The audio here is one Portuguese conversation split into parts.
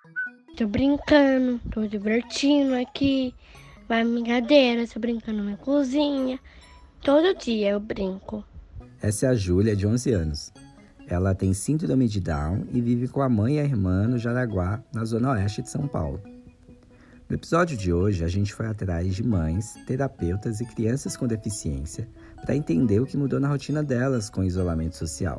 Tô brincando, tô divertindo aqui. Vai brincadeira, tô brincando na cozinha. Todo dia eu brinco. Essa é a Júlia, de 11 anos. Ela tem síndrome de Down e vive com a mãe e a irmã no Jaraguá, na zona oeste de São Paulo. No episódio de hoje, a gente foi atrás de mães, terapeutas e crianças com deficiência para entender o que mudou na rotina delas com o isolamento social.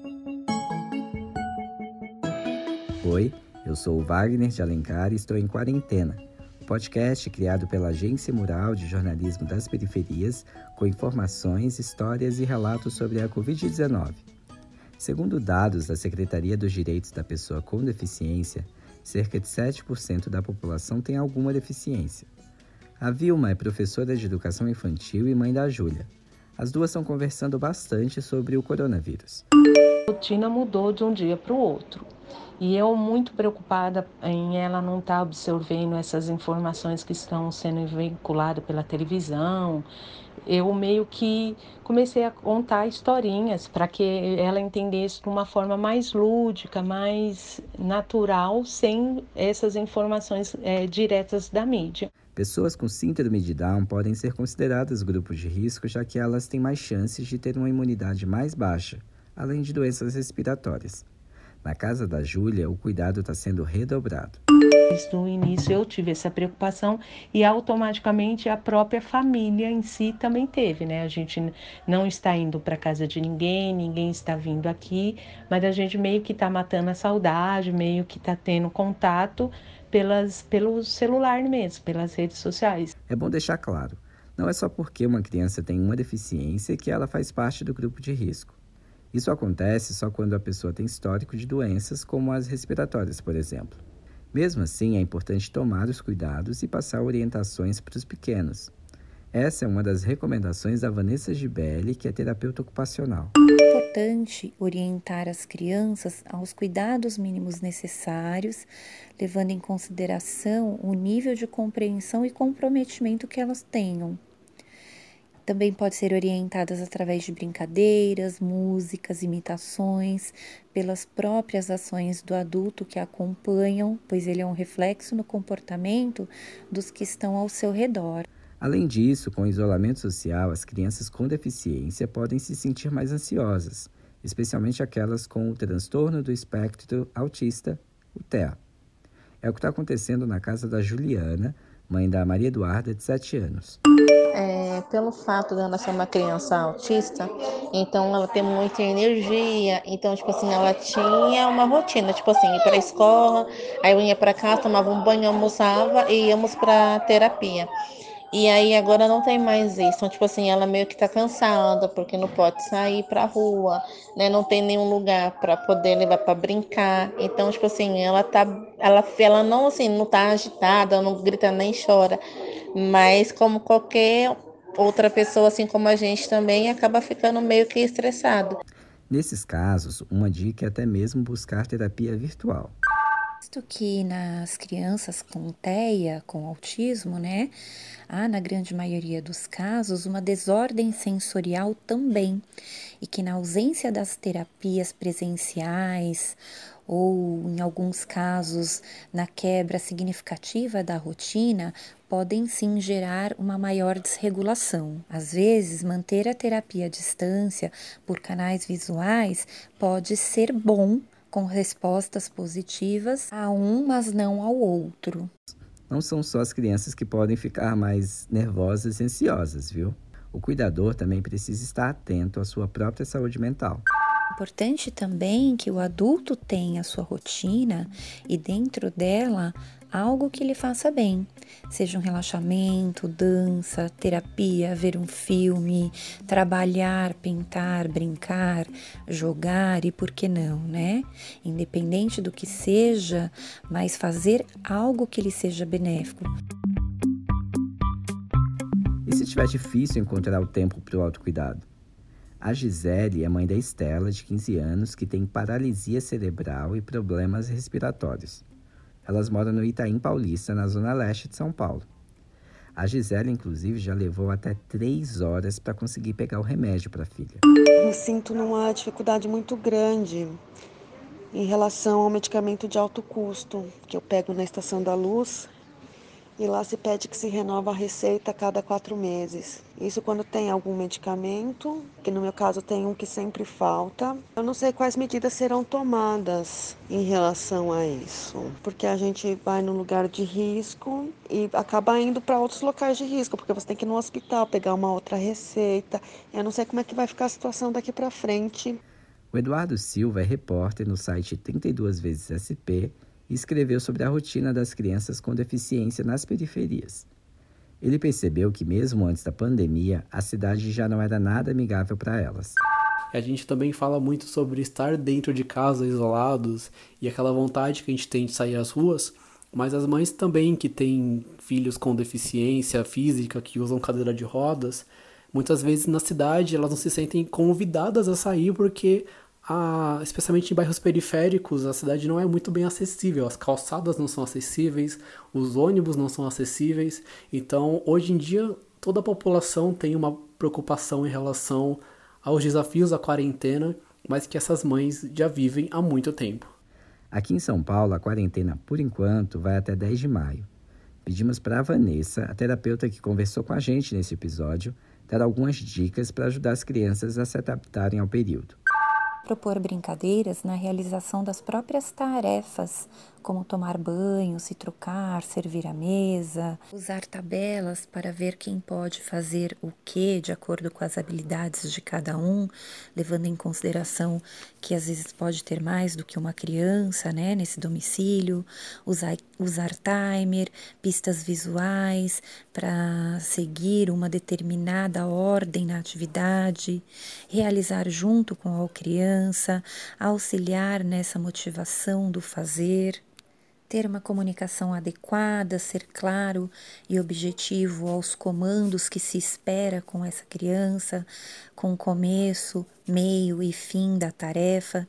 Oi, eu sou o Wagner de Alencar e estou em Quarentena, um podcast criado pela Agência Mural de Jornalismo das Periferias com informações, histórias e relatos sobre a Covid-19. Segundo dados da Secretaria dos Direitos da Pessoa com Deficiência, cerca de 7% da população tem alguma deficiência. A Vilma é professora de educação infantil e mãe da Júlia. As duas estão conversando bastante sobre o coronavírus. A rotina mudou de um dia para o outro. E eu muito preocupada em ela não estar absorvendo essas informações que estão sendo veiculadas pela televisão. Eu meio que comecei a contar historinhas para que ela entendesse de uma forma mais lúdica, mais natural, sem essas informações diretas da mídia. Pessoas com síndrome de Down podem ser consideradas grupos de risco, já que elas têm mais chances de ter uma imunidade mais baixa, além de doenças respiratórias. Na casa da Júlia, o cuidado está sendo redobrado. Desde o início eu tive essa preocupação e automaticamente a própria família em si também teve, né? A gente não está indo para casa de ninguém, ninguém está vindo aqui, mas a gente meio que está matando a saudade, meio que está tendo contato pelo celular mesmo, pelas redes sociais. É bom deixar claro, não é só porque uma criança tem uma deficiência que ela faz parte do grupo de risco. Isso acontece só quando a pessoa tem histórico de doenças como as respiratórias, por exemplo. Mesmo assim, é importante tomar os cuidados e passar orientações para os pequenos. Essa é uma das recomendações da Vanessa Gibelli, que é terapeuta ocupacional. É importante orientar as crianças aos cuidados mínimos necessários, levando em consideração o nível de compreensão e comprometimento que elas tenham. Também pode ser orientadas através de brincadeiras, músicas, imitações, pelas próprias ações do adulto que a acompanham, pois ele é um reflexo no comportamento dos que estão ao seu redor. Além disso, com o isolamento social, as crianças com deficiência podem se sentir mais ansiosas, especialmente aquelas com o transtorno do espectro autista, o TEA. É o que está acontecendo na casa da Juliana, mãe da Maria Eduarda, de 7 anos. Pelo fato dela ser uma criança autista, então ela tem muita energia, então, tipo assim, ela tinha uma rotina, tipo assim, ir para a escola, aí eu ia para casa, tomava um banho, almoçava e íamos para terapia. E aí agora não tem mais isso. Então, tipo assim, ela meio que tá cansada porque não pode sair pra rua, né? Não tem nenhum lugar para poder levar para brincar. Então, tipo assim, ela não assim, não tá agitada, não grita nem chora, mas como qualquer outra pessoa assim como a gente também acaba ficando meio que estressado. Nesses casos, uma dica é até mesmo buscar terapia virtual. Visto que nas crianças com TEA, com autismo, né, há na grande maioria dos casos uma desordem sensorial também, e que na ausência das terapias presenciais ou em alguns casos na quebra significativa da rotina, podem sim gerar uma maior desregulação. Às vezes, manter a terapia à distância por canais visuais pode ser bom, com respostas positivas a um, mas não ao outro. Não são só as crianças que podem ficar mais nervosas e ansiosas, viu? O cuidador também precisa estar atento à sua própria saúde mental. Importante também que o adulto tenha a sua rotina e dentro dela algo que lhe faça bem, seja um relaxamento, dança, terapia, ver um filme, trabalhar, pintar, brincar, jogar e por que não, né? Independente do que seja, mas fazer algo que lhe seja benéfico. E se tiver difícil encontrar o tempo para o autocuidado? A Gisele é mãe da Estela, de 15 anos, que tem paralisia cerebral e problemas respiratórios. Elas moram no Itaim Paulista, na zona leste de São Paulo. A Gisele, inclusive, já levou até 3 horas para conseguir pegar o remédio para a filha. Me sinto numa dificuldade muito grande, em relação ao medicamento de alto custo, que eu pego na Estação da Luz, e lá se pede que se renova a receita a cada 4 meses. Isso quando tem algum medicamento, que no meu caso tem um que sempre falta. Eu não sei quais medidas serão tomadas em relação a isso, porque a gente vai num lugar de risco e acaba indo para outros locais de risco, porque você tem que ir no hospital pegar uma outra receita. Eu não sei como é que vai ficar a situação daqui para frente. O Eduardo Silva é repórter no site 32 vezes SP e escreveu sobre a rotina das crianças com deficiência nas periferias. Ele percebeu que mesmo antes da pandemia, a cidade já não era nada amigável para elas. A gente também fala muito sobre estar dentro de casa, isolados, e aquela vontade que a gente tem de sair às ruas, mas as mães também que têm filhos com deficiência física, que usam cadeira de rodas, muitas vezes na cidade elas não se sentem convidadas a sair porque, especialmente em bairros periféricos, a cidade não é muito bem acessível, as calçadas não são acessíveis, os ônibus não são acessíveis. Então, hoje em dia, toda a população tem uma preocupação em relação aos desafios da quarentena, mas que essas mães já vivem há muito tempo. Aqui em São Paulo, a quarentena, por enquanto, vai até 10 de maio. Pedimos para a Vanessa, a terapeuta que conversou com a gente nesse episódio, dar algumas dicas para ajudar as crianças a se adaptarem ao período. Propor brincadeiras na realização das próprias tarefas, como tomar banho, se trocar, servir a mesa, usar tabelas para ver quem pode fazer o que de acordo com as habilidades de cada um, levando em consideração que às vezes pode ter mais do que uma criança, né, nesse domicílio, usar timer, pistas visuais para seguir uma determinada ordem na atividade, realizar junto com a criança, auxiliar nessa motivação do fazer, ter uma comunicação adequada, ser claro e objetivo aos comandos que se espera com essa criança, com o começo, meio e fim da tarefa.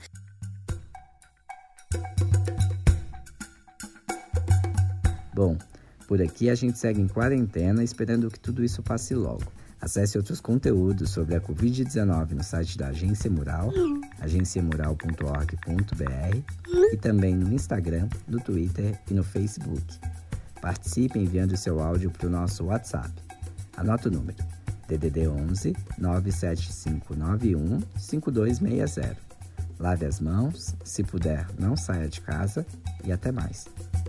Bom, por aqui a gente segue em quarentena esperando que tudo isso passe logo. Acesse outros conteúdos sobre a Covid-19 no site da Agência Mural, agenciamural.org.br e também no Instagram, no Twitter e no Facebook. Participe enviando seu áudio para o nosso WhatsApp. Anota o número, DDD 11 97591 5260. Lave as mãos, se puder, não saia de casa e até mais.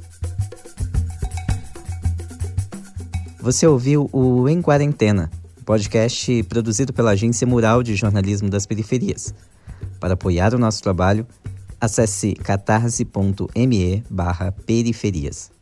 Você ouviu o Em Quarentena, podcast produzido pela Agência Mural de Jornalismo das Periferias. Para apoiar o nosso trabalho, acesse catarse.me/periferias.